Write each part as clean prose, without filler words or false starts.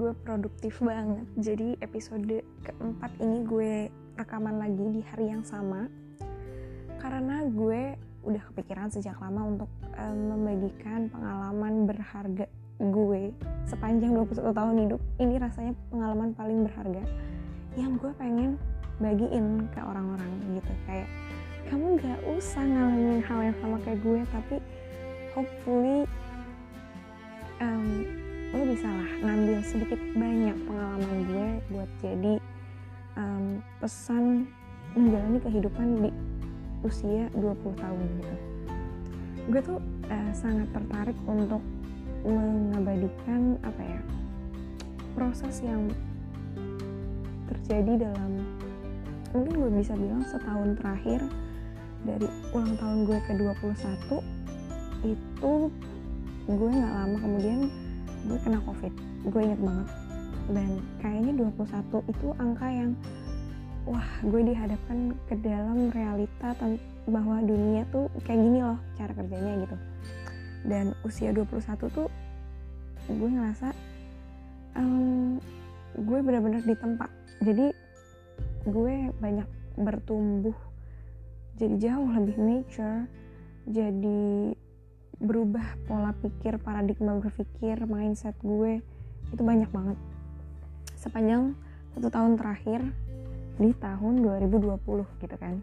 gue produktif banget. Jadi episode keempat ini gue rekaman lagi di hari yang sama, karena gue udah kepikiran sejak lama untuk membagikan pengalaman berharga gue sepanjang 21 tahun hidup. Ini rasanya pengalaman paling berharga yang gue pengen bagiin ke orang-orang gitu. Kayak kamu gak usah ngalamin hal yang sama kayak gue, tapi hopefully lo bisa lah ngambil sedikit banyak pengalaman gue buat jadi pesan menjalani kehidupan di usia 20 tahun gitu. Gue tuh sangat tertarik untuk mengabadikan proses yang terjadi dalam, mungkin gue bisa bilang setahun terakhir dari ulang tahun gue ke 21. Itu gue gak lama kemudian gue kena covid, gue inget banget. Dan kayaknya 21 itu angka yang gue dihadapkan ke dalam realita bahwa dunia tuh kayak gini loh cara kerjanya gitu. Dan usia 21 tuh gue ngerasa gue benar-benar ditempa. Jadi gue banyak bertumbuh, jadi jauh lebih mature, jadi berubah pola pikir, paradigma berpikir, mindset gue itu banyak banget sepanjang 1 tahun terakhir di tahun 2020 gitu kan.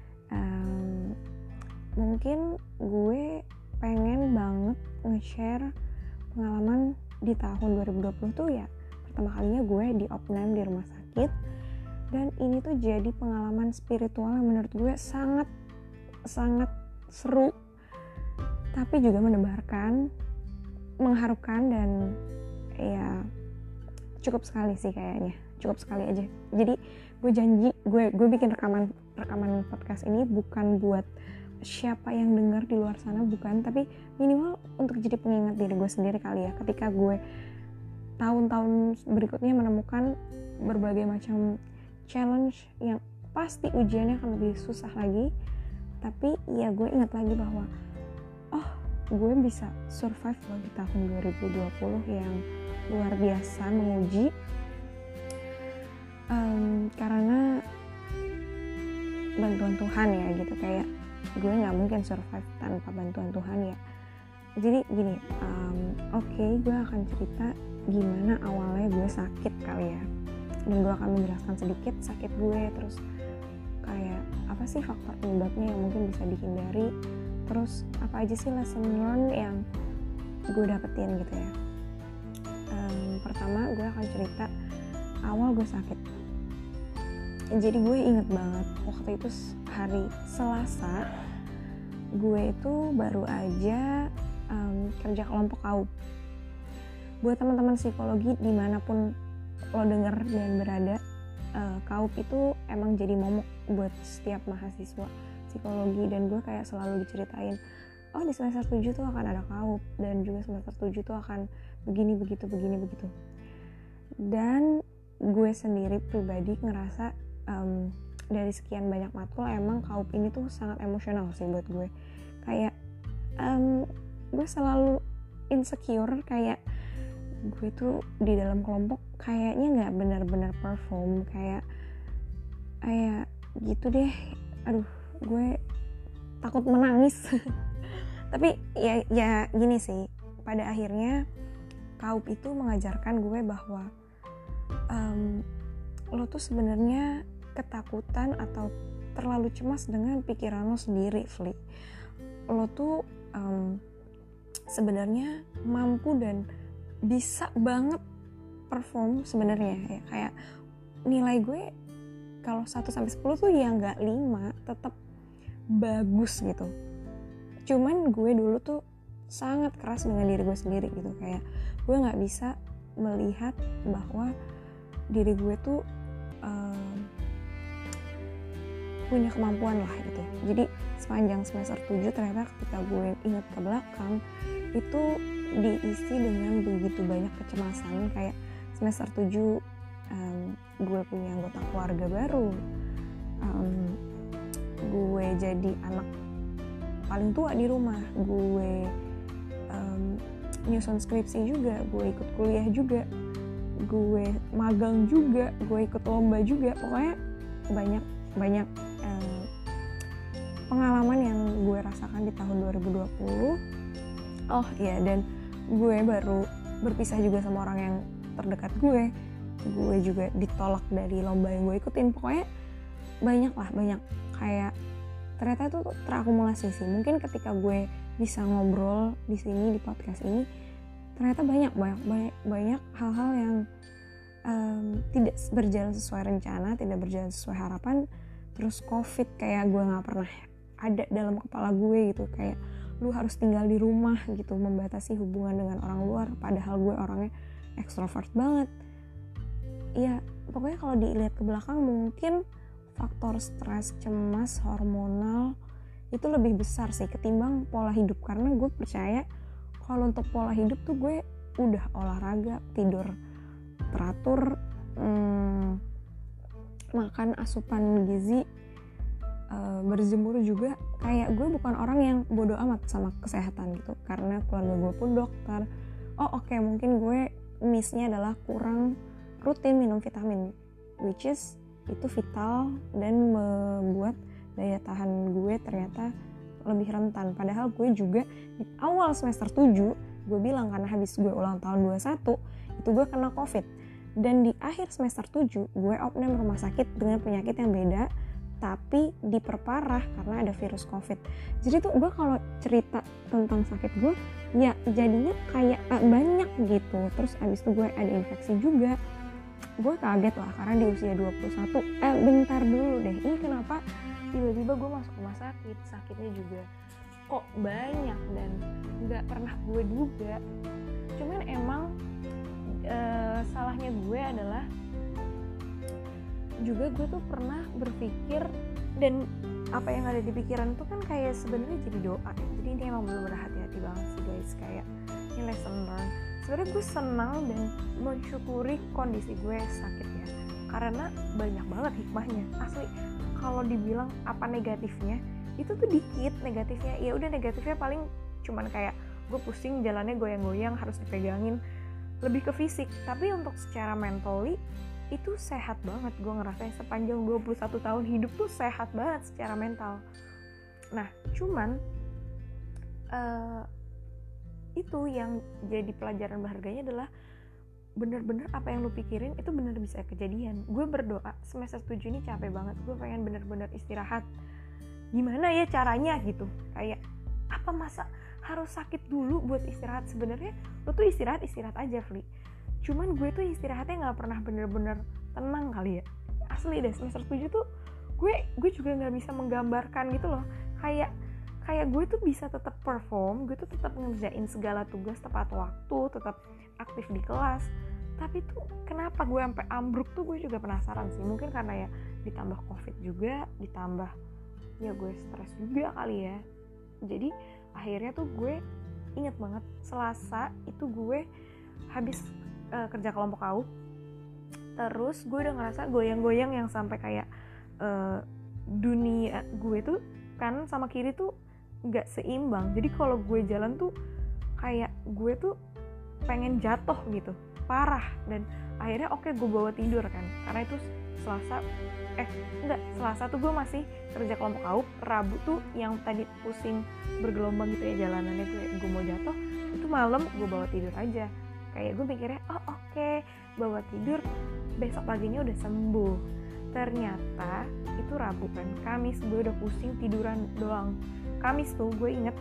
Mungkin gue pengen banget nge-share pengalaman di tahun 2020 tuh ya pertama kalinya gue di opname di rumah sakit, dan ini tuh jadi pengalaman spiritual yang menurut gue sangat seru, tapi juga mendebarkan, mengharukan, dan ya cukup sekali sih kayaknya, cukup sekali aja. Jadi gue janji gue bikin rekaman podcast ini bukan buat siapa yang dengar di luar sana, bukan, tapi minimal untuk jadi pengingat diri gue sendiri kali ya, ketika gue tahun-tahun berikutnya menemukan berbagai macam challenge yang pasti ujiannya akan lebih susah lagi, tapi ya gue ingat lagi bahwa gue bisa survive loh di tahun 2020 yang luar biasa menguji, karena bantuan Tuhan ya gitu. Kayak gue nggak mungkin survive tanpa bantuan Tuhan ya. Jadi gini, gue akan cerita gimana awalnya gue sakit kali ya, dan gue akan menjelaskan sedikit sakit gue, terus kayak apa sih faktor penyebabnya yang mungkin bisa dihindari, terus apa aja sih lesson learn yang gue dapetin gitu ya. Pertama gue akan cerita awal gue sakit. Jadi gue inget banget waktu itu hari Selasa, gue itu baru aja kerja kelompok KAUP. Buat teman-teman psikologi dimanapun lo denger dan berada, KAUP itu emang jadi momok buat setiap mahasiswa psikologi, dan gue kayak selalu diceritain, di semester 7 tuh akan ada KAUP, dan juga semester 7 tuh akan begini begitu. Dan gue sendiri pribadi ngerasa dari sekian banyak matkul emang KAUP ini tuh sangat emosional sih buat gue. Kayak gue selalu insecure, kayak gue tuh di dalam kelompok kayaknya gak benar-benar perform, kayak gitu deh. Gue takut menangis. Tapi ya gini sih, pada akhirnya KAUP itu mengajarkan gue bahwa lo tuh sebenarnya ketakutan atau terlalu cemas dengan pikiran lo sendiri, Fli. Lo tuh sebenarnya mampu dan bisa banget perform sebenarnya ya. Kayak nilai gue kalau 1-10 tuh ya nggak 5, tetap bagus gitu. Cuman gue dulu tuh sangat keras dengan diri gue sendiri gitu. Kayak gue nggak bisa melihat bahwa diri gue tuh punya kemampuan lah gitu. Jadi sepanjang semester 7 ternyata ketika gue ingat ke belakang itu diisi dengan begitu banyak kecemasan. Kayak semester 7 gue punya anggota keluarga baru, gue jadi anak paling tua di rumah, gue nyusun skripsi juga, gue ikut kuliah juga, gue magang juga, gue ikut lomba juga, pokoknya banyak pengalaman yang gue rasakan di tahun 2020. Oh iya, dan gue baru berpisah juga sama orang yang terdekat gue juga ditolak dari lomba yang gue ikutin. Pokoknya banyak kayak ternyata itu terakumulasi sih. Mungkin ketika gue bisa ngobrol di sini di podcast ini, ternyata banyak hal-hal yang tidak berjalan sesuai rencana, tidak berjalan sesuai harapan. Terus COVID kayak gue nggak pernah ada dalam kepala gue gitu, kayak lu harus tinggal di rumah gitu, membatasi hubungan dengan orang luar, padahal gue orangnya ekstrovert banget. Ya pokoknya kalau dilihat ke belakang mungkin faktor stres, cemas, hormonal itu lebih besar sih ketimbang pola hidup, karena gue percaya kalau untuk pola hidup tuh gue udah olahraga, tidur teratur, makan asupan gizi, berjemur juga. Kayak gue bukan orang yang bodo amat sama kesehatan gitu, karena keluarga gue pun dokter. Oke, mungkin gue miss-nya adalah kurang rutin minum vitamin, which is itu vital dan membuat daya tahan gue ternyata lebih rentan. Padahal gue juga di awal semester 7 gue bilang, karena habis gue ulang tahun 21 itu gue kena COVID, dan di akhir semester 7 gue opname rumah sakit dengan penyakit yang beda tapi diperparah karena ada virus COVID. Jadi tuh gue kalau cerita tentang sakit gue ya jadinya kayak banyak gitu. Terus abis itu gue ada infeksi juga. Gue kaget lah karena di usia 21 bentar dulu deh, ini kenapa tiba-tiba gue masuk rumah sakit, sakitnya juga kok banyak dan gak pernah gue duga. Cuman emang salahnya gue adalah juga gue tuh pernah berpikir, dan apa yang ada di pikiran tuh kan kayak sebenarnya jadi doa. Jadi ini emang bener-bener hati-hati banget sih guys, kayak ini lesson learn. Sebenarnya gue senang dan mensyukuri kondisi gue sakit ya, karena banyak banget hikmahnya asli. Kalau dibilang apa negatifnya, itu tuh dikit negatifnya. Ya udah, negatifnya paling cuman kayak gue pusing, jalannya goyang-goyang, harus dipegangin, lebih ke fisik. Tapi untuk secara mentally itu sehat banget. Gue ngerasain sepanjang 21 tahun hidup tuh sehat banget secara mental. Nah cuman itu yang jadi pelajaran berharganya adalah bener-bener apa yang lu pikirin itu bener bisa kejadian. Gue berdoa semester 7 ini capek banget, gue pengen bener-bener istirahat. Gimana ya caranya gitu, kayak apa masa harus sakit dulu buat istirahat? Sebenarnya lu tuh istirahat aja, Fli. Cuman gue tuh istirahatnya gak pernah bener-bener tenang kali ya. Asli deh, semester 7 tuh gue juga gak bisa menggambarkan gitu loh. Kayak gue tuh bisa tetap perform, gue tuh tetap ngerjain segala tugas tepat waktu, tetap aktif di kelas. Tapi tuh kenapa gue sampai ambruk tuh gue juga penasaran sih. Mungkin karena ya ditambah COVID juga, ditambah ya gue stres juga kali ya. Jadi akhirnya tuh gue inget banget Selasa itu gue habis kerja kelompok AU. Terus gue udah ngerasa goyang-goyang yang sampai kayak dunia gue tuh kanan sama kiri tuh gak seimbang. Jadi kalau gue jalan tuh kayak gue tuh pengen jatuh gitu, parah. Dan akhirnya gue bawa tidur kan, karena itu Selasa tuh gue masih kerja kelompok AU. Rabu tuh yang tadi pusing bergelombang gitu ya jalanannya, gue mau jatuh, itu malam gue bawa tidur aja. Kayak gue mikirnya bawa tidur, besok paginya udah sembuh. Ternyata itu Rabu kan, Kamis gue udah pusing tiduran doang. Kamis tuh gue inget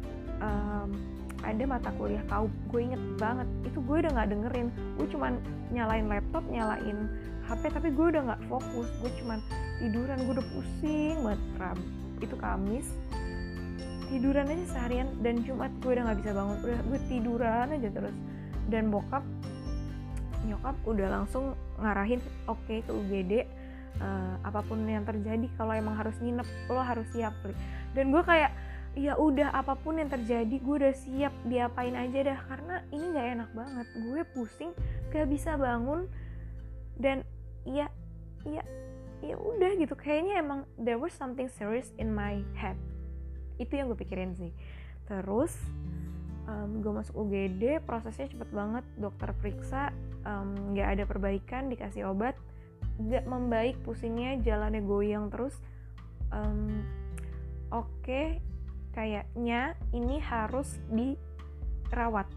ada mata kuliah KAUP, gue inget banget. Itu gue udah gak dengerin, gue cuman nyalain laptop, nyalain HP, tapi gue udah gak fokus. Gue cuman tiduran, gue udah pusing banget. Rabu itu Kamis tiduran aja seharian, dan Jumat gue udah gak bisa bangun, udah gue tiduran aja terus. Dan nyokap udah langsung ngarahin ke UGD, apapun yang terjadi, kalau emang harus nginep lo harus siap. Dan gue kayak ya udah, apapun yang terjadi gue udah siap, diapain aja dah, karena ini gak enak banget. Gue pusing, gak bisa bangun, dan ya udah gitu, kayaknya emang there was something serious in my head. Itu yang gue pikirin sih. Terus gue masuk UGD, prosesnya cepet banget, dokter periksa, nggak ada perbaikan, dikasih obat nggak membaik, pusingnya jalannya goyang terus. Oke, kayaknya ini harus dirawat.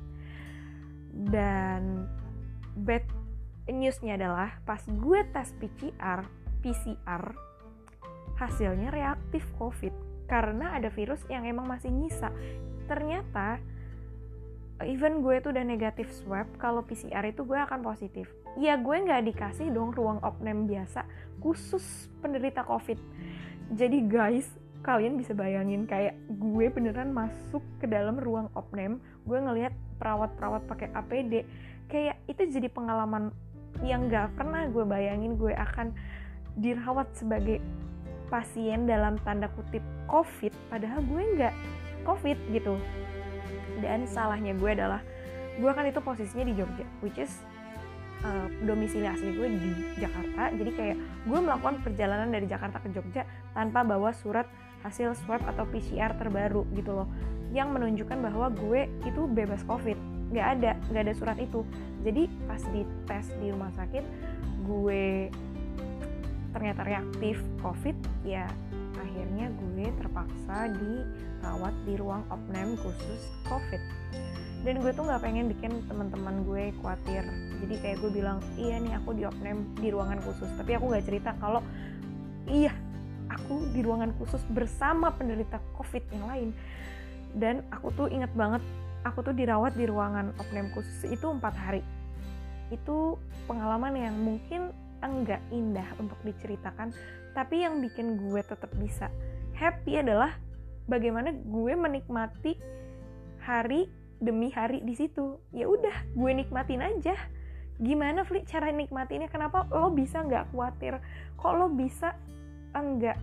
Dan bad newsnya adalah pas gue tes PCR hasilnya reaktif COVID karena ada virus yang emang masih nyisa. Ternyata even gue tuh udah negatif swab, kalau PCR itu gue akan positif. Ya gue gak dikasih dong ruang opname biasa khusus penderita COVID. Jadi guys, kalian bisa bayangin kayak gue beneran masuk ke dalam ruang opname, gue ngelihat perawat-perawat pakai APD. Kayak itu jadi pengalaman yang gak pernah gue bayangin gue akan dirawat sebagai pasien dalam tanda kutip COVID, padahal gue gak COVID gitu. Dan salahnya gue adalah gue kan itu posisinya di Jogja, which is domisili asli gue di Jakarta. Jadi kayak gue melakukan perjalanan dari Jakarta ke Jogja tanpa bawa surat hasil swab atau PCR terbaru gitu loh, yang menunjukkan bahwa gue itu bebas COVID. Gak ada surat itu. Jadi pas dites di rumah sakit gue ternyata reaktif COVID, ya akhirnya gue terpaksa dirawat di ruang opname khusus COVID. Dan gue tuh gak pengen bikin teman-teman gue khawatir. Jadi kayak gue bilang, iya nih aku di opname di ruangan khusus, tapi aku gak cerita kalau iya aku di ruangan khusus bersama penderita COVID yang lain. Dan aku tuh inget banget, aku tuh dirawat di ruangan opname khusus itu 4 hari. Itu pengalaman yang mungkin enggak indah untuk diceritakan, tapi yang bikin gue tetap bisa happy adalah bagaimana gue menikmati hari demi hari di situ. Ya udah, gue nikmatin aja. Gimana Fli cara nikmatinnya? Kenapa lo bisa nggak khawatir? Kok lo bisa enggak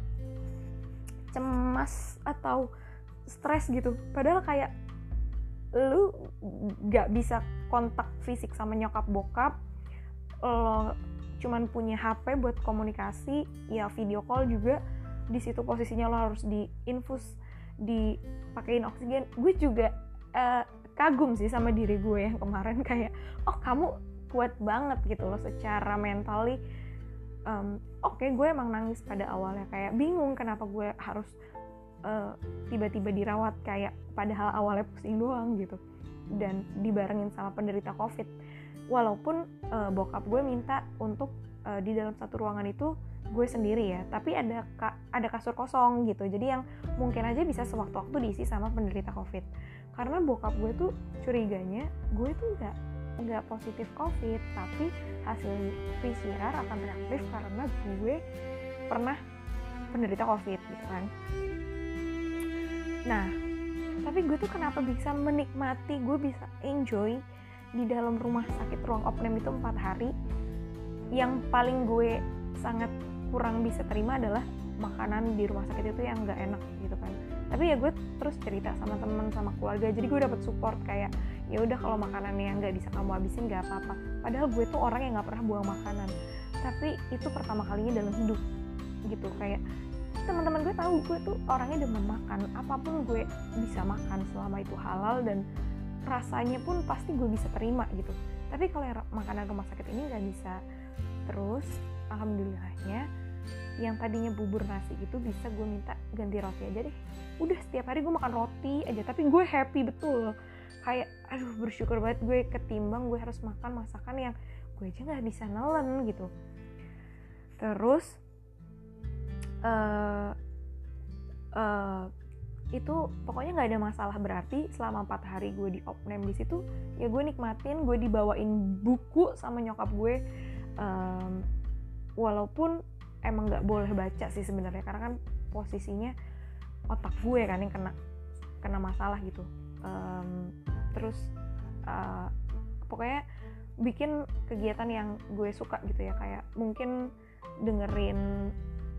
cemas atau stres gitu? Padahal kayak lo nggak bisa kontak fisik sama nyokap bokap, lo cuman punya HP buat komunikasi, ya video call juga. Di situ posisinya lo harus diinfus, dipakein oksigen. Gue juga kagum sih sama diri gue yang kemarin, kayak oh kamu kuat banget gitu loh secara mentally. Oke, gue emang nangis pada awalnya, kayak bingung kenapa gue harus tiba-tiba dirawat, kayak padahal awalnya pusing doang gitu, dan dibarengin sama penderita COVID. Walaupun bokap gue minta untuk di dalam satu ruangan itu gue sendiri ya, tapi ada kasur kosong gitu, jadi yang mungkin aja bisa sewaktu-waktu diisi sama penderita COVID. Karena bokap gue tuh curiganya gue tuh nggak positif COVID, tapi hasil PCR akan reaktif karena gue pernah penderita COVID gitu kan. Nah, tapi gue tuh kenapa bisa menikmati, gue bisa enjoy di dalam rumah sakit ruang opname itu 4 hari. Yang paling gue sangat kurang bisa terima adalah makanan di rumah sakit itu yang gak enak gitu kan. Tapi ya gue terus cerita sama teman, sama keluarga, jadi gue dapet support kayak ya udah kalau makanannya yang nggak bisa kamu habisin nggak apa-apa. Padahal gue tuh orang yang nggak pernah buang makanan, tapi itu pertama kalinya dalam hidup gitu. Kayak teman-teman gue tahu gue tuh orangnya demen makan, apapun gue bisa makan selama itu halal dan rasanya pun pasti gue bisa terima gitu. Tapi kalau makanan rumah sakit ini nggak bisa. Terus alhamdulillahnya yang tadinya bubur nasi itu bisa gue minta ganti roti aja deh. Udah setiap hari gue makan roti aja, tapi gue happy betul. Kayak aduh bersyukur banget gue, ketimbang gue harus makan masakan yang gue aja gak bisa nelen gitu. Terus itu pokoknya gak ada masalah berarti selama 4 hari gue di opname di situ. Ya gue nikmatin, gue dibawain buku sama nyokap gue. Walaupun emang gak boleh baca sih sebenarnya, karena kan posisinya otak gue kan yang kena masalah gitu. Terus pokoknya bikin kegiatan yang gue suka gitu ya, kayak mungkin dengerin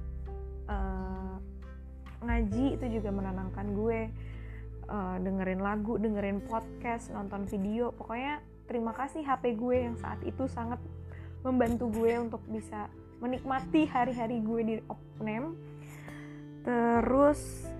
ngaji itu juga menenangkan gue, dengerin lagu, dengerin podcast, nonton video. Pokoknya terima kasih HP gue yang saat itu sangat membantu gue untuk bisa menikmati hari-hari gue di opname. Terus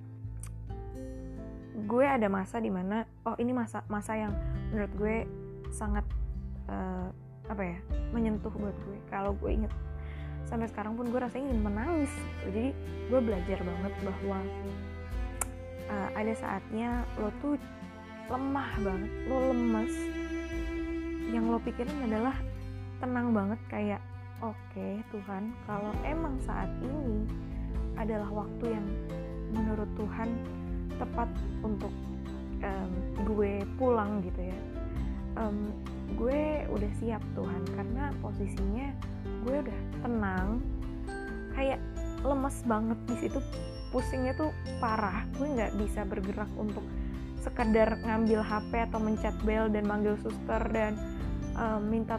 gue ada masa dimana ini masa yang menurut gue sangat menyentuh buat gue. Kalau gue inget sampai sekarang pun gue rasanya ingin menangis gitu. Jadi gue belajar banget bahwa ada saatnya lo tuh lemah banget, lo lemes, yang lo pikirin adalah tenang banget, kayak oke, Tuhan, kalau emang saat ini adalah waktu yang menurut Tuhan tepat untuk gue pulang gitu ya, gue udah siap Tuhan, karena posisinya gue udah tenang, kayak lemes banget di situ, pusingnya tuh parah, gue nggak bisa bergerak untuk sekedar ngambil HP atau mencet bel dan manggil suster dan minta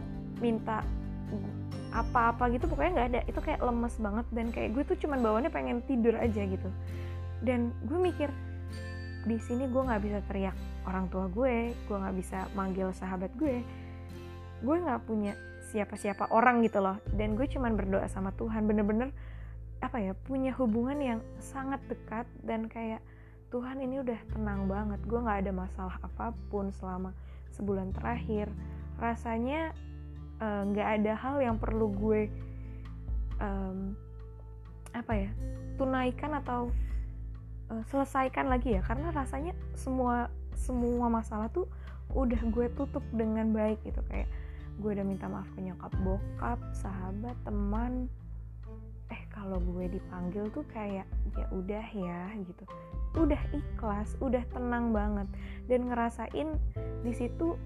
apa-apa gitu, pokoknya nggak ada. Itu kayak lemes banget dan kayak gue tuh cuman bawaannya pengen tidur aja gitu. Dan gue mikir di sini gue nggak bisa teriak orang tua gue nggak bisa manggil sahabat gue nggak punya siapa-siapa orang gitu loh. Dan gue cuman berdoa sama Tuhan, bener-bener punya hubungan yang sangat dekat, dan kayak Tuhan ini udah tenang banget, gue nggak ada masalah apapun selama sebulan terakhir. Rasanya nggak ada hal yang perlu gue tunaikan atau selesaikan lagi ya, karena rasanya semua masalah tuh udah gue tutup dengan baik gitu. Kayak gue udah minta maaf ke nyokap, bokap, sahabat, teman. Kalau gue dipanggil tuh kayak ya udah ya gitu, udah ikhlas, udah tenang banget, dan ngerasain di situ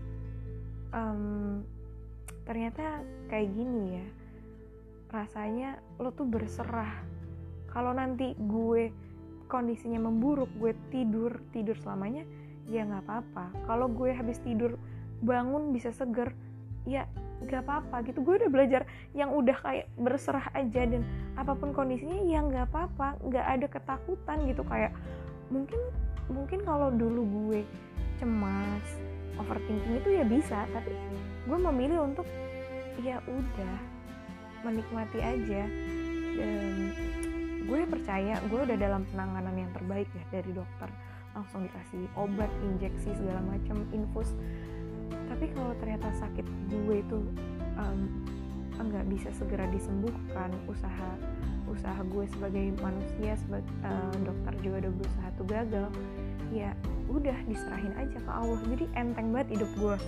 ternyata kayak gini ya rasanya. Lo tuh berserah. Kalau nanti gue kondisinya memburuk, gue tidur selamanya, ya nggak apa-apa. Kalau gue habis tidur bangun bisa seger, ya nggak apa-apa gitu. Gue udah belajar yang udah kayak berserah aja, dan apapun kondisinya ya nggak apa-apa, nggak ada ketakutan gitu. Kayak mungkin kalau dulu gue cemas, overthinking itu ya bisa, tapi gue memilih untuk ya udah menikmati aja. Dan gue percaya gue udah dalam penanganan yang terbaik ya dari dokter, langsung dikasih obat, injeksi segala macam, infus. Tapi kalau ternyata sakit gue itu nggak bisa segera disembuhkan, usaha gue sebagai manusia, sebagai dokter juga udah berusaha tuh gagal, ya udah diserahin aja ke Allah. Jadi enteng banget hidup gue,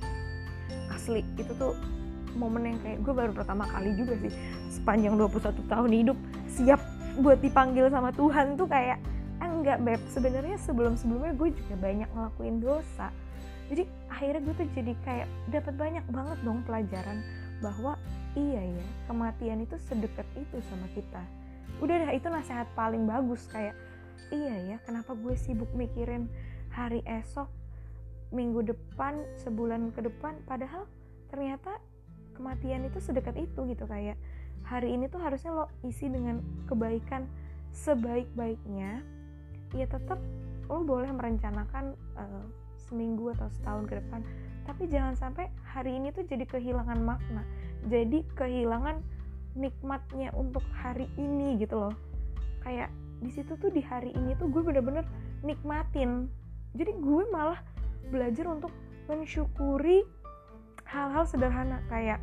asli. Itu tuh momen yang kayak gue baru pertama kali juga sih sepanjang 21 tahun hidup siap buat dipanggil sama Tuhan tuh kayak enggak beb, sebenarnya sebelumnya gue juga banyak ngelakuin dosa. Jadi akhirnya gue tuh jadi kayak dapat banyak banget dong pelajaran bahwa iya ya, kematian itu sedekat itu sama kita. Udah dah, itu nasihat paling bagus. Kayak iya ya, kenapa gue sibuk mikirin hari esok, minggu depan, sebulan ke depan, padahal ternyata kematian itu sedekat itu gitu. Kayak hari ini tuh harusnya lo isi dengan kebaikan sebaik-baiknya. Ya tetap lo boleh merencanakan seminggu atau setahun ke depan, tapi jangan sampai hari ini tuh jadi kehilangan makna, jadi kehilangan nikmatnya untuk hari ini gitu loh. Kayak di situ tuh di hari ini tuh gue bener-bener nikmatin. Jadi gue malah belajar untuk mensyukuri hal-hal sederhana, kayak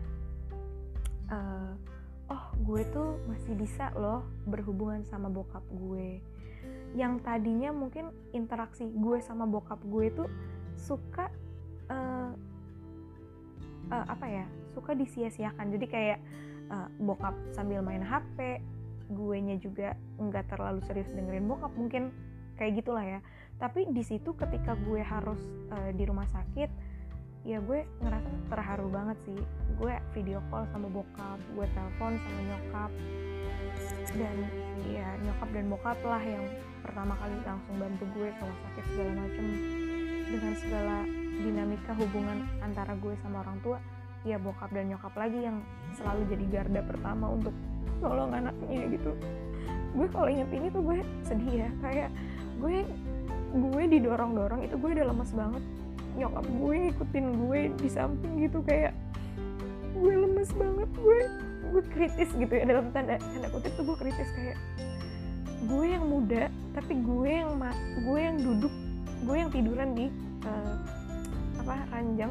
gue tuh masih bisa loh berhubungan sama bokap gue, yang tadinya mungkin interaksi gue sama bokap gue tuh suka suka disia-siakan. Jadi kayak bokap sambil main HP, guenya juga nggak terlalu serius dengerin bokap, mungkin kayak gitulah ya. Tapi di situ ketika gue harus di rumah sakit, ya gue ngerasa terharu banget sih. Gue video call sama bokap, gue telepon sama nyokap, dan ya nyokap dan bokap lah yang pertama kali langsung bantu gue kalau sakit segala macem. Dengan segala dinamika hubungan antara gue sama orang tua, ya bokap dan nyokap lagi yang selalu jadi garda pertama untuk nolong anaknya gitu. Gue kalau inget ini tuh gue sedih ya, kayak gue didorong-dorong, itu gue udah lemes banget, nyokap gue ngikutin gue di samping gitu, kayak gue lemes banget, gue kritis gitu ya, dalam tanda kutip tuh gue kritis. Kayak gue yang muda tapi gue yang duduk, gue yang tiduran di ranjang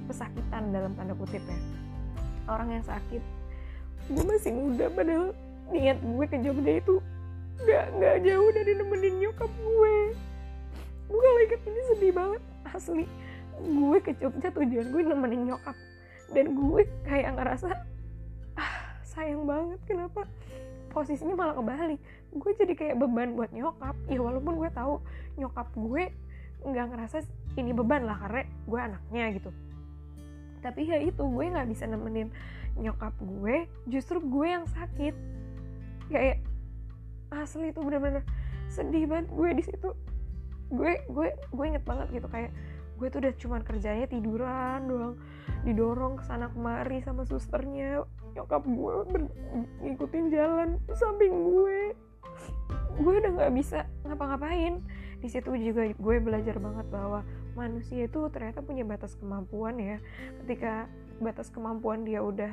pesakitan dalam tanda kutip ya, orang yang sakit. Gue masih muda, padahal niat gue ke Jogja itu gak jauh dari nemenin nyokap gue. Gue kalau inget ini sedih banget asli. Gue ke Jogja tujuan gue nemenin nyokap, dan gue kayak ngerasa sayang banget kenapa posisinya malah kebalik. Gue jadi kayak beban buat nyokap. Ya walaupun gue tahu nyokap gue nggak ngerasa ini beban lah karena gue anaknya gitu, tapi ya itu, gue nggak bisa nemenin nyokap gue, justru gue yang sakit. Kayak asli itu benar-benar sedih banget gue di situ. Gue inget banget gitu, kayak gue tuh udah cuman kerjanya tiduran doang, didorong kesana kemari sama susternya. Nyokap gue ngikutin jalan samping gue udah nggak bisa ngapa-ngapain. Di situ juga gue belajar banget bahwa manusia itu ternyata punya batas kemampuan ya. Ketika batas kemampuan dia udah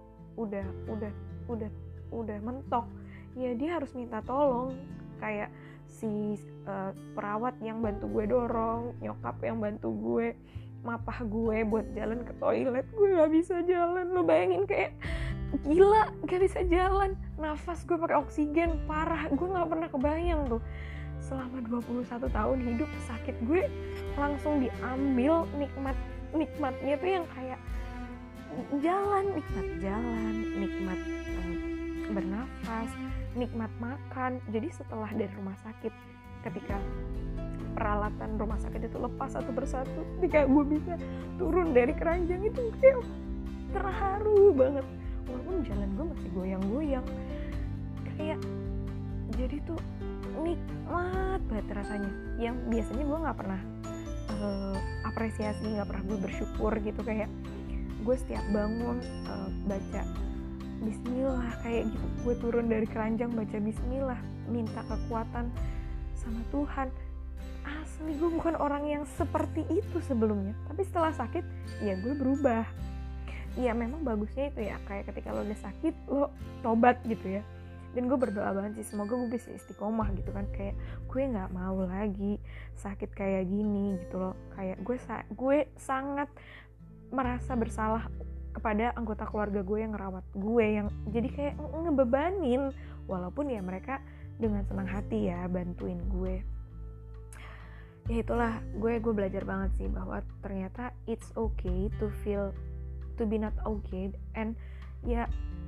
mentok, ya dia harus minta tolong. Kayak si perawat yang bantu gue dorong, nyokap yang bantu gue mapah gue buat jalan ke toilet. Gue nggak bisa jalan, lo bayangin, kayak gila, nggak bisa jalan, nafas gue pakai oksigen, parah. Gue nggak pernah kebayang tuh selama 21 tahun hidup sakit gue langsung diambil nikmatnya tuh yang kayak nikmat jalan, nikmat bernafas, nikmat makan. Jadi setelah dari rumah sakit, ketika peralatan rumah sakit itu lepas satu persatu, ketika gue bisa turun dari keranjang itu kayak terharu banget. Walaupun jalan gue masih goyang-goyang, kayak jadi tuh nikmat banget rasanya. Yang biasanya gue nggak pernah apresiasi, nggak pernah gue bersyukur gitu. Kayak gue setiap bangun baca Bismillah kayak gitu. Gue turun dari keranjang baca Bismillah, minta kekuatan sama Tuhan. Asli gue bukan orang yang seperti itu sebelumnya, tapi setelah sakit ya gue berubah. Ya memang bagusnya itu ya, kayak ketika lo udah sakit lo tobat gitu ya. Dan gue berdoa banget sih, semoga gue bisa istiqomah gitu kan. Kayak gue nggak mau lagi sakit kayak gini gitu loh. Kayak gue sangat merasa bersalah kepada anggota keluarga gue yang ngerawat gue, yang jadi kayak ngebebanin. Walaupun ya mereka dengan senang hati ya bantuin gue. Ya itulah, gue belajar banget sih bahwa ternyata it's okay to feel to be not okay. And ya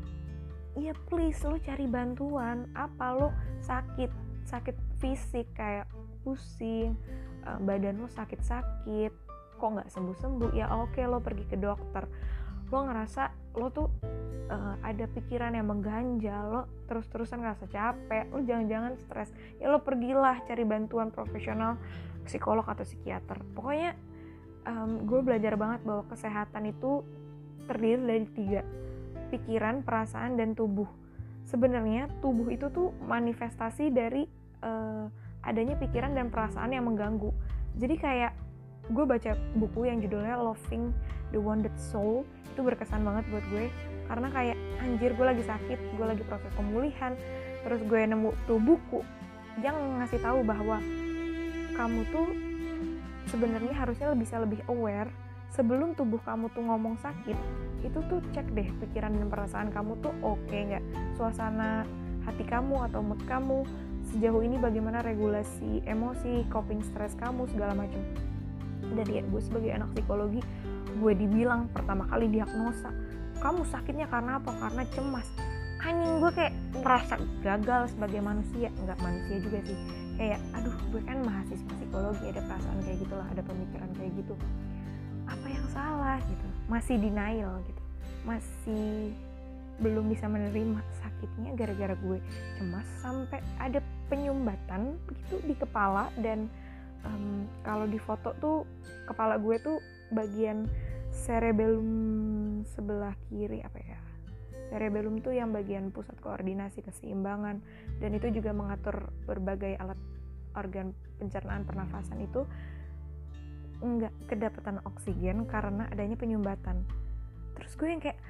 please lo cari bantuan. Apa lo sakit fisik kayak pusing, badan lo sakit kok nggak sembuh, ya oke, lo pergi ke dokter. Lo ngerasa lo tuh ada pikiran yang mengganjal, lo terus-terusan ngerasa capek, lo jangan-jangan stres, ya lo pergilah cari bantuan profesional, psikolog atau psikiater. Pokoknya gue belajar banget bahwa kesehatan itu terdiri dari 3, pikiran, perasaan, dan tubuh. Sebenarnya tubuh itu tuh manifestasi dari adanya pikiran dan perasaan yang mengganggu. Jadi kayak gue baca buku yang judulnya Loving the Wounded Soul, itu berkesan banget buat gue. Karena kayak anjir, gue lagi sakit, gue lagi proses pemulihan, terus gue nemu tuh buku yang ngasih tahu bahwa kamu tuh sebenarnya harusnya bisa lebih aware sebelum tubuh kamu tuh ngomong sakit. Itu tuh cek deh pikiran dan perasaan kamu tuh oke nggak, suasana hati kamu atau mood kamu sejauh ini bagaimana, regulasi emosi, coping stres kamu, segala macam. Dan ya gue sebagai anak psikologi, gue dibilang pertama kali diagnosa, kamu sakitnya karena apa? Karena cemas. Anjing, gue kayak merasa gagal sebagai manusia. Enggak manusia juga sih, kayak aduh, gue kan mahasiswa psikologi, ada perasaan kayak gitulah, ada pemikiran kayak gitu. Apa yang salah gitu? Masih denial gitu, masih belum bisa menerima sakitnya gara-gara gue cemas sampai ada penyumbatan begitu di kepala. Dan kalau di foto tuh kepala gue tuh bagian cerebellum sebelah kiri, apa ya, cerebellum tuh yang bagian pusat koordinasi keseimbangan, dan itu juga mengatur berbagai alat organ pencernaan pernafasan, itu nggak kedapatan oksigen karena adanya penyumbatan. Terus gue yang kayak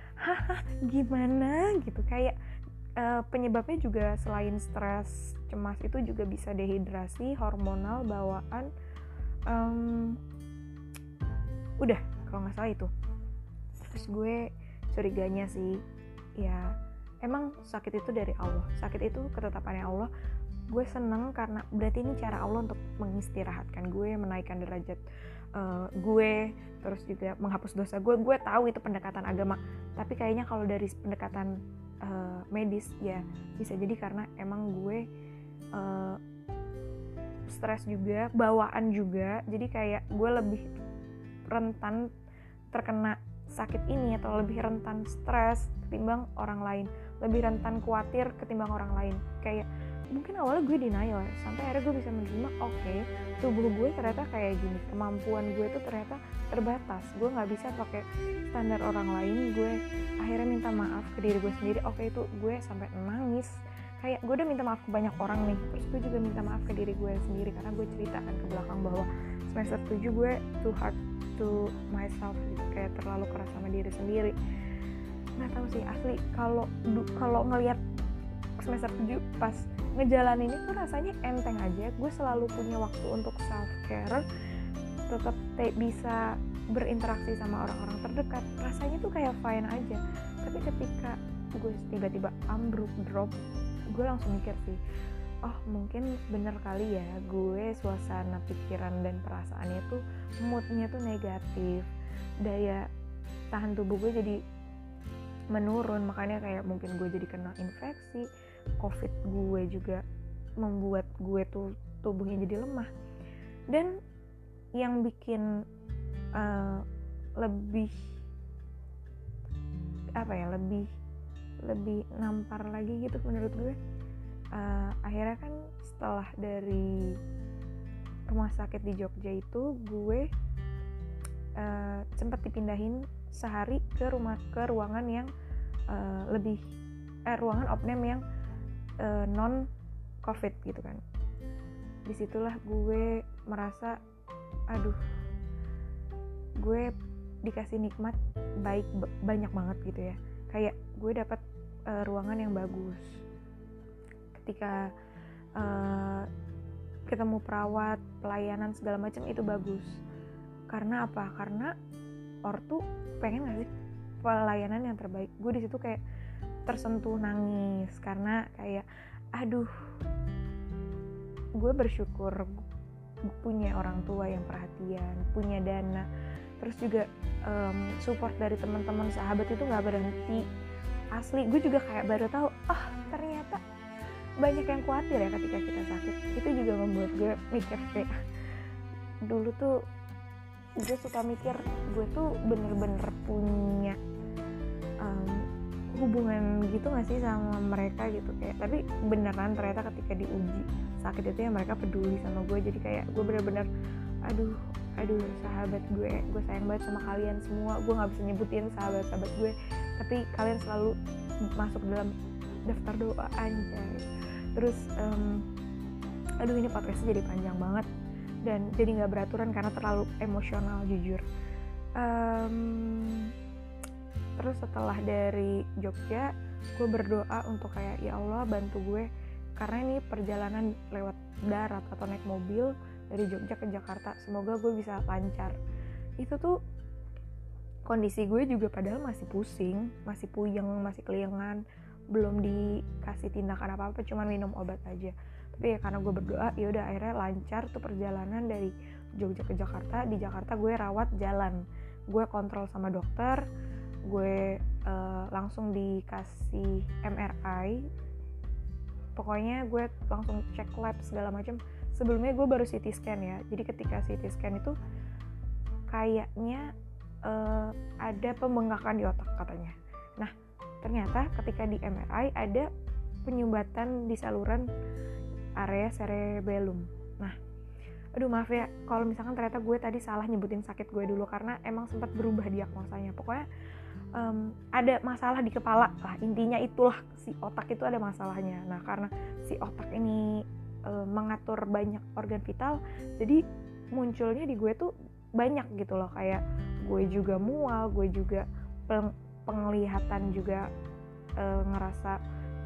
gimana gitu, kayak penyebabnya juga selain stres, cemas, itu juga bisa dehidrasi, hormonal, bawaan, udah kalau nggak salah itu. Terus gue curiganya sih, ya emang sakit itu dari Allah, sakit itu ketetapannya Allah. Gue seneng karena berarti ini cara Allah untuk mengistirahatkan gue, menaikkan derajat gue, terus juga menghapus dosa gue. Gue tahu itu pendekatan agama, tapi kayaknya kalau dari pendekatan medis ya bisa jadi karena emang gue stres juga, bawaan juga, jadi kayak gue lebih rentan terkena sakit ini atau lebih rentan stres ketimbang orang lain, lebih rentan khawatir ketimbang orang lain. Kayak mungkin awalnya gue denial ya, sampai akhirnya gue bisa menerima, oke, tubuh gue ternyata kayak gini, kemampuan gue tuh ternyata terbatas, gue nggak bisa pakai standar orang lain. Gue akhirnya minta maaf ke diri gue sendiri. Oke, itu gue sampai nangis, kayak gue udah minta maaf ke banyak orang nih, terus gue juga minta maaf ke diri gue sendiri karena gue ceritakan ke belakang bahwa semester 7 gue too hard to myself gitu, kayak terlalu keras sama diri sendiri. Nggak tahu sih asli, kalau ngelihat semester 7 pas ngejalanin itu rasanya enteng aja. Gue selalu punya waktu untuk self care, tetap bisa berinteraksi sama orang-orang terdekat, rasanya tuh kayak fine aja. Tapi ketika gue tiba-tiba ambruk drop, gue langsung mikir sih, oh mungkin bener kali ya gue suasana pikiran dan perasaannya tuh moodnya tuh negatif, daya tahan tubuh gue jadi menurun, makanya kayak mungkin gue jadi kena infeksi. Covid gue juga membuat gue tuh tubuhnya jadi lemah. Dan yang bikin lebih nampar lagi gitu menurut gue, akhirnya kan setelah dari rumah sakit di Jogja itu gue sempat dipindahin sehari ke ruangan yang ruangan opname yang non covid gitu kan. Disitulah gue merasa aduh, gue dikasih nikmat banyak banget gitu ya, kayak gue dapat ruangan yang bagus. Ketika ketemu perawat, pelayanan segala macam itu bagus. Karena apa? Karena ortu pengen ngasih pelayanan yang terbaik. Gue di situ kayak tersentuh nangis karena kayak aduh, gue bersyukur punya orang tua yang perhatian, punya dana, terus juga support dari teman-teman, sahabat itu nggak berhenti. Asli gue juga kayak baru tahu, ternyata banyak yang khawatir ya ketika kita sakit. Itu juga membuat gue mikir kayak dulu tuh gue suka mikir gue tuh bener-bener punya hubungan gitu gak sih sama mereka gitu, kayak tapi beneran ternyata ketika diuji sakit itu ya mereka peduli sama gue. Jadi kayak gue bener-bener aduh sahabat gue sayang banget sama kalian semua. Gue nggak bisa nyebutin sahabat gue, tapi kalian selalu masuk dalam daftar doa anjay. Terus ini podcastnya jadi panjang banget dan jadi nggak beraturan karena terlalu emosional jujur. Terus setelah dari Jogja, gue berdoa untuk kayak ya Allah bantu gue, karena ini perjalanan lewat darat atau naik mobil dari Jogja ke Jakarta, semoga gue bisa lancar. Itu tuh kondisi gue juga padahal masih pusing, masih puyeng, masih keliengan, belum dikasih tindakan apa-apa, cuma minum obat aja. Tapi ya karena gue berdoa, ya udah akhirnya lancar tuh perjalanan dari Jogja ke Jakarta. Di Jakarta gue rawat jalan, gue kontrol sama dokter, gue langsung dikasih MRI, pokoknya gue langsung cek lab segala macam. Sebelumnya gue baru CT scan ya, jadi ketika CT scan itu kayaknya ada pembengkakan di otak katanya. Nah ternyata ketika di MRI ada penyumbatan di saluran area cerebellum. Nah aduh maaf ya kalau misalkan ternyata gue tadi salah nyebutin sakit gue dulu, karena emang sempat berubah diagnosanya. Pokoknya ada masalah di kepala lah, intinya itulah, si otak itu ada masalahnya. Nah karena si otak ini mengatur banyak organ vital, jadi munculnya di gue tuh banyak gitu loh, kayak gue juga mual, gue juga penglihatan juga ngerasa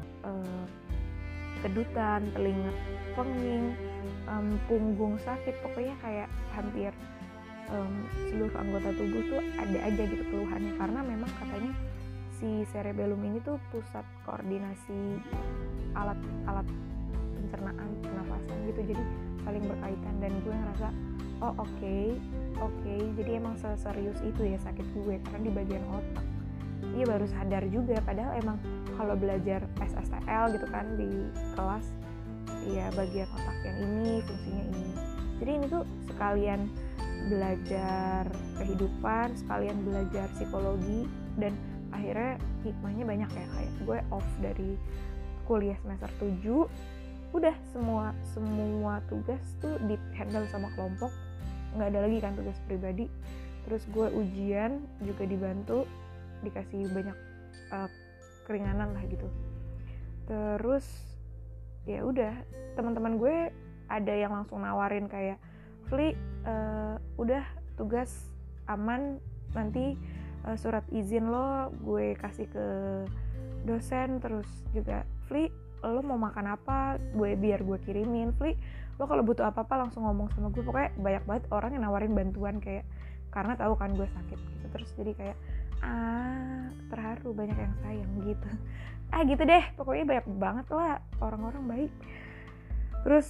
kedutan, telinga penging, punggung sakit, pokoknya kayak hampir seluruh anggota tubuh tuh ada aja gitu keluhannya, karena memang katanya si cerebellum ini tuh pusat koordinasi alat pencernaan, pernafasan gitu, jadi saling berkaitan. Dan gue ngerasa oh oke, jadi emang serius itu ya sakit gue karena di bagian otak. Iya, baru sadar juga, padahal emang kalau belajar SSTL gitu kan di kelas, ya bagian otak yang ini fungsinya ini. Jadi ini tuh sekalian belajar kehidupan, sekalian belajar psikologi, dan akhirnya hikmahnya banyak ya. Kayak gue off dari kuliah semester 7, udah semua tugas tuh di handle sama kelompok, nggak ada lagi kan tugas pribadi. Terus gue ujian juga dibantu, dikasih banyak keringanan lah gitu. Terus ya udah, teman-teman gue ada yang langsung nawarin kayak, Fli, udah tugas aman, nanti surat izin lo gue kasih ke dosen. Terus juga, Fli, lo mau makan apa, biar gue kirimin. Fli, lo kalau butuh apa-apa langsung ngomong sama gue. Pokoknya banyak banget orang yang nawarin bantuan, kayak karena tahu kan gue sakit gitu. Terus jadi kayak terharu, banyak yang sayang gitu. Gitu deh, pokoknya banyak banget lah orang-orang baik. Terus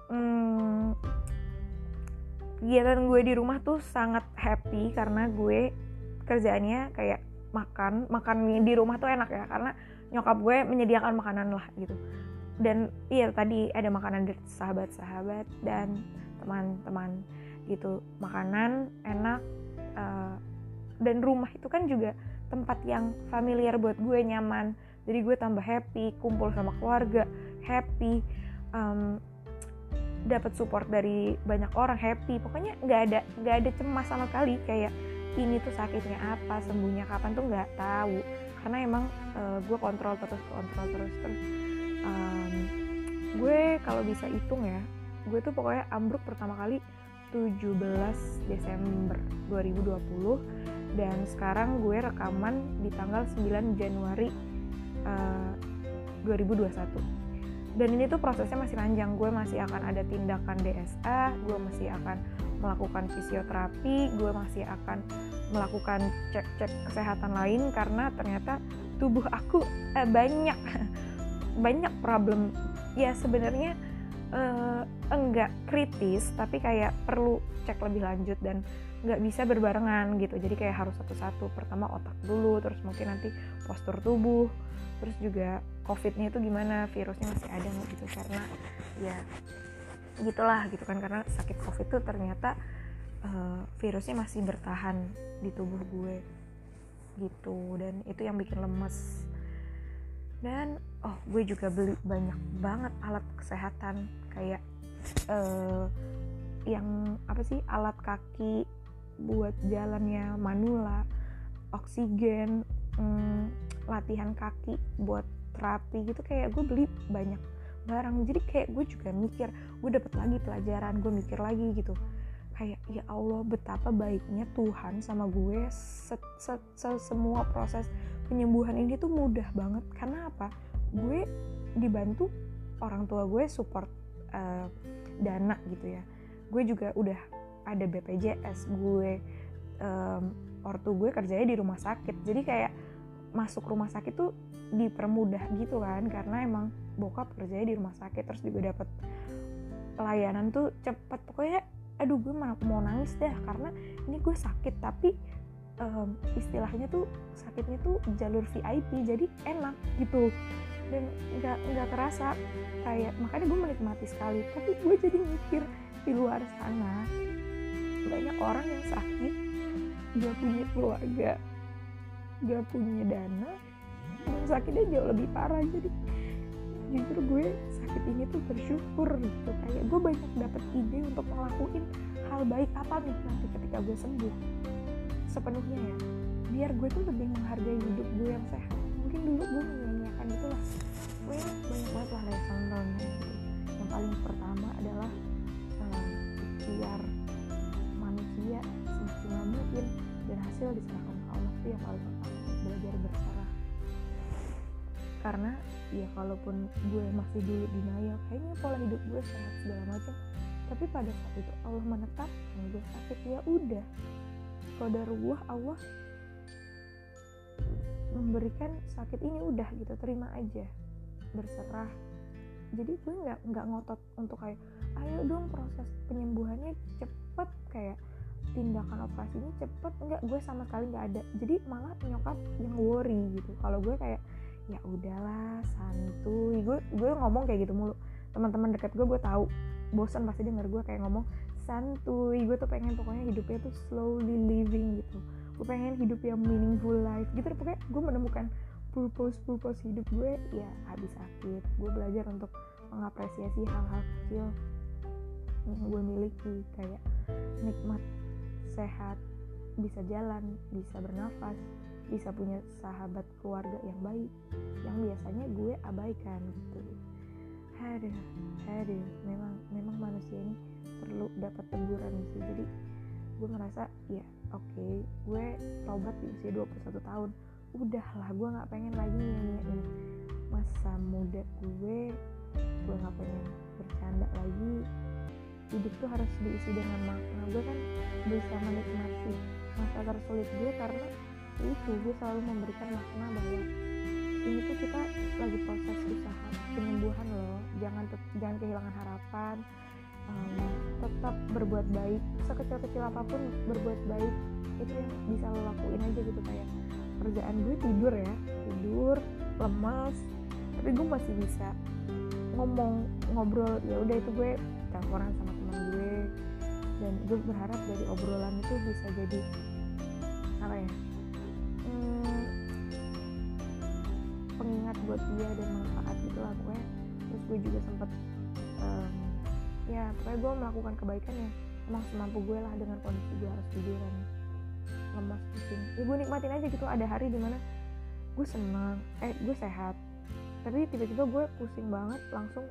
kegiatan gue di rumah tuh sangat happy karena gue kerjaannya kayak makan di rumah tuh enak ya, karena nyokap gue menyediakan makanan lah gitu. Dan iya, tadi ada makanan dari sahabat-sahabat dan teman-teman gitu, makanan enak. Dan rumah itu kan juga tempat yang familiar buat gue, nyaman. Jadi gue tambah happy, kumpul sama keluarga happy, dapat support dari banyak orang happy. Pokoknya nggak ada cemas sama sekali, kayak ini tuh sakitnya apa, sembuhnya kapan tuh nggak tahu, karena emang gue kontrol terus. Gue kalau bisa hitung ya, gue tuh pokoknya ambruk pertama kali 17 Desember 2020, dan sekarang gue rekaman di tanggal 9 Januari 2021. Dan ini tuh prosesnya masih panjang. Gue masih akan ada tindakan DSA, gue masih akan melakukan fisioterapi, gue masih akan melakukan cek-cek kesehatan lain, karena ternyata tubuh aku banyak problem. Ya sebenarnya enggak kritis, tapi kayak perlu cek lebih lanjut dan nggak bisa berbarengan gitu. Jadi kayak harus satu-satu. Pertama otak dulu, terus mungkin nanti postur tubuh, terus juga COVID-nya itu gimana, virusnya masih ada nggak gitu, karena ya gitulah gitu kan, karena sakit COVID tuh ternyata virusnya masih bertahan di tubuh gue gitu, dan itu yang bikin lemes. Dan gue juga beli banyak banget alat kesehatan, kayak yang alat kaki buat jalannya manula, oksigen, latihan kaki buat terapi gitu. Kayak gue beli banyak barang, jadi kayak gue juga mikir, gue dapet lagi pelajaran, gue mikir lagi gitu, kayak ya Allah betapa baiknya Tuhan sama gue. Semua proses penyembuhan ini tuh mudah banget. Karena apa? Gue dibantu orang tua gue, support dana gitu ya. Gue juga udah ada BPJS, gue ortu gue kerjanya di rumah sakit, jadi kayak masuk rumah sakit tuh dipermudah gitu kan, karena emang bokap kerjanya di rumah sakit. Terus juga dapet pelayanan tuh cepet. Pokoknya aduh, gue mau nangis dah, karena ini gue sakit tapi istilahnya tuh sakitnya tuh jalur VIP, jadi enak gitu, dan nggak kerasa kayak, makanya gue menikmati sekali. Tapi gue jadi mikir, di luar sana banyak orang yang sakit, gak punya keluarga, gak punya dana, dan sakitnya jauh lebih parah. Jadi jujur gue sakit ini tuh bersyukur gitu, kayak gue banyak dapet ide untuk ngelakuin hal baik apa nih nanti ketika gue sembuh sepenuhnya ya, biar gue tuh lebih menghargai hidup gue yang sehat. Mungkin dulu gue menyia-nyiakan gitu lah. Gue banyak banget lah lesson-nya gitu. Yang paling pertama adalah biar manusia semaksimal mungkin, dan hasil diserahkan ke Allah. Itu yang paling pertama, belajar berserah. Karena ya kalaupun gue masih dulu denial, kayaknya pola hidup gue sehat segala macam, Tapi pada saat itu Allah menetapkan gue sakit, ya udah, qadarullah, Allah memberikan sakit ini, udah gitu, terima aja, berserah. Jadi gue nggak ngotot untuk kayak ayo dong proses penyembuhannya cepet, kayak tindakan operasinya cepet, enggak, gue sama sekali nggak ada. Jadi malah nyokap yang worry gitu. Kalau gue kayak ya udahlah santuy, gue ngomong kayak gitu mulu. Teman-teman dekat gue tahu bosan pasti denger gue kayak ngomong santuy. Gue tuh pengen pokoknya hidupnya tuh slowly living gitu. Gue pengen hidup yang meaningful life gitu. Pokoknya gue menemukan purpose hidup gue ya habis sakit. Gue belajar untuk mengapresiasi hal-hal kecil yang gue miliki, kayak nikmat sehat, bisa jalan, bisa bernafas, bisa punya sahabat keluarga yang baik, yang biasanya gue abaikan gitu. Aduh, memang manusia ini perlu dapat teguran sih. Jadi gue merasa ya oke, gue taubat di usia 21 tahun. Udahlah, gue nggak pengen lagi nyanyiin masa muda gue nggak pengen bercanda lagi. Hidup tuh harus diisi dengan makna. Gue kan bisa menikmati masa tersulit gue karena itu gue selalu memberikan makna bahwa ini tuh kita lagi proses usaha penyembuhan loh. Jangan kehilangan harapan. Tetap berbuat baik, sekecil-kecil apapun berbuat baik itu yang bisa lo lakuin aja gitu. Kayak kerjaan gue tidur lemas, tapi gue masih bisa ngobrol, ya udah itu gue teleponan sama teman gue, dan gue berharap dari obrolan itu bisa jadi apa ya, pengingat buat dia dan manfaat gitu lah pokoknya. Terus gue juga sempet ya pokoknya gue melakukan kebaikan ya emang semampu gue lah dengan kondisi gue harus tiduran, lemas, pusing. Ya gue nikmatin aja gitu. Ada hari dimana gue senang, gue sehat, tapi tiba-tiba gue pusing banget, langsung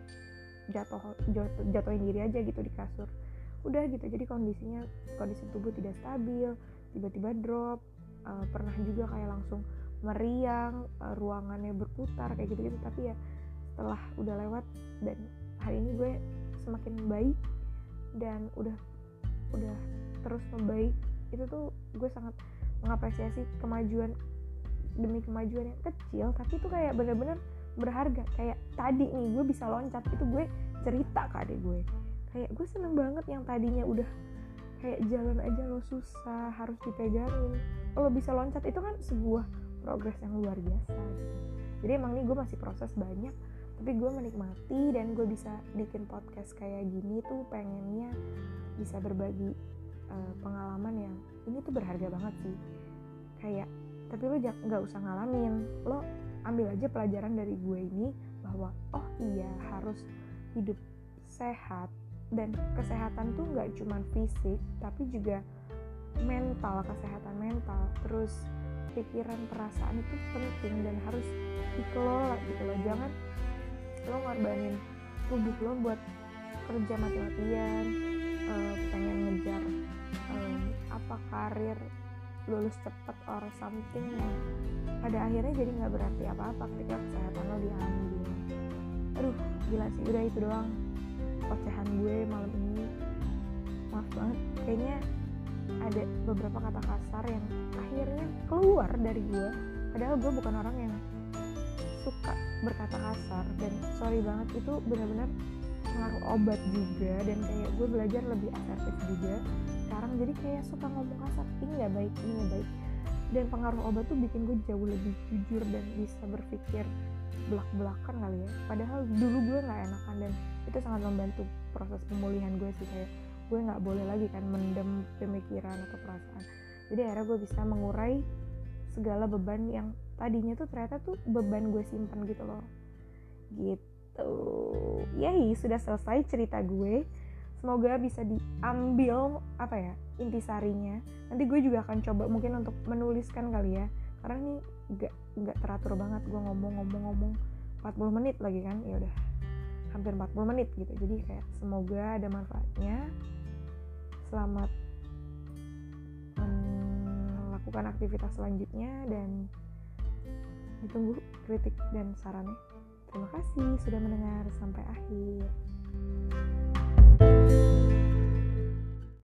jatuhin diri aja gitu di kasur. Udah gitu, jadi kondisi tubuh tidak stabil, tiba-tiba drop. Pernah juga kayak langsung meriang, ruangannya berputar kayak gitu-gitu. Tapi ya setelah udah lewat dan hari ini gue semakin baik dan udah terus membaik, itu tuh gue sangat mengapresiasi kemajuan demi kemajuan yang kecil, tapi itu kayak bener-bener berharga. Kayak tadi nih gue bisa loncat, itu gue cerita ke adik gue, kayak gue seneng banget yang tadinya udah kayak jalan aja lo susah, harus dipegangin, lo bisa loncat, itu kan sebuah progres yang luar biasa gitu. Jadi emang nih gue masih proses banyak, tapi gue menikmati dan gue bisa bikin podcast kayak gini tuh pengennya bisa berbagi pengalaman yang ini tuh berharga banget sih. Kayak tapi lo nggak usah ngalamin, lo ambil aja pelajaran dari gue ini bahwa oh iya harus hidup sehat, dan kesehatan tuh nggak cuma fisik tapi juga mental, kesehatan mental, terus pikiran, perasaan itu penting dan harus dikelola gitu loh. Jangan lo ngorbanin tubuh lo buat kerja mati-matian, pengen ngejar karir lulus cepet or something yang pada akhirnya jadi nggak berarti apa-apa ketika kesehatan lo diambil. Aduh gila sih, udah itu doang ocehan gue malam ini. Maaf banget, kayaknya ada beberapa kata kasar yang akhirnya keluar dari gue, padahal gue bukan orang yang suka berkata kasar, dan sorry banget, itu benar-benar pengaruh obat juga, dan kayak gue belajar lebih asertif juga sekarang. Jadi kayak suka ngomong kasar, ini nggak baik, dan pengaruh obat tuh bikin gue jauh lebih jujur dan bisa berpikir belak-belakan kali ya. Padahal dulu gue nggak enakan, dan itu sangat membantu proses pemulihan gue sih. Kayak gue nggak boleh lagi kan mendem pemikiran atau perasaan. Jadi akhirnya gue bisa mengurai segala beban yang tadinya tuh ternyata tuh beban gue simpan gitu loh. Gitu. Yay, sudah selesai cerita gue. Semoga bisa diambil intisarinya. Nanti gue juga akan coba mungkin untuk menuliskan kali ya. Karena ini nggak teratur banget, gue ngomong 40 menit lagi kan. Ya udah hampir 40 menit gitu. Jadi kayak semoga ada manfaatnya. Selamat melakukan aktivitas selanjutnya dan ditunggu kritik dan sarannya. Terima kasih sudah mendengar sampai akhir.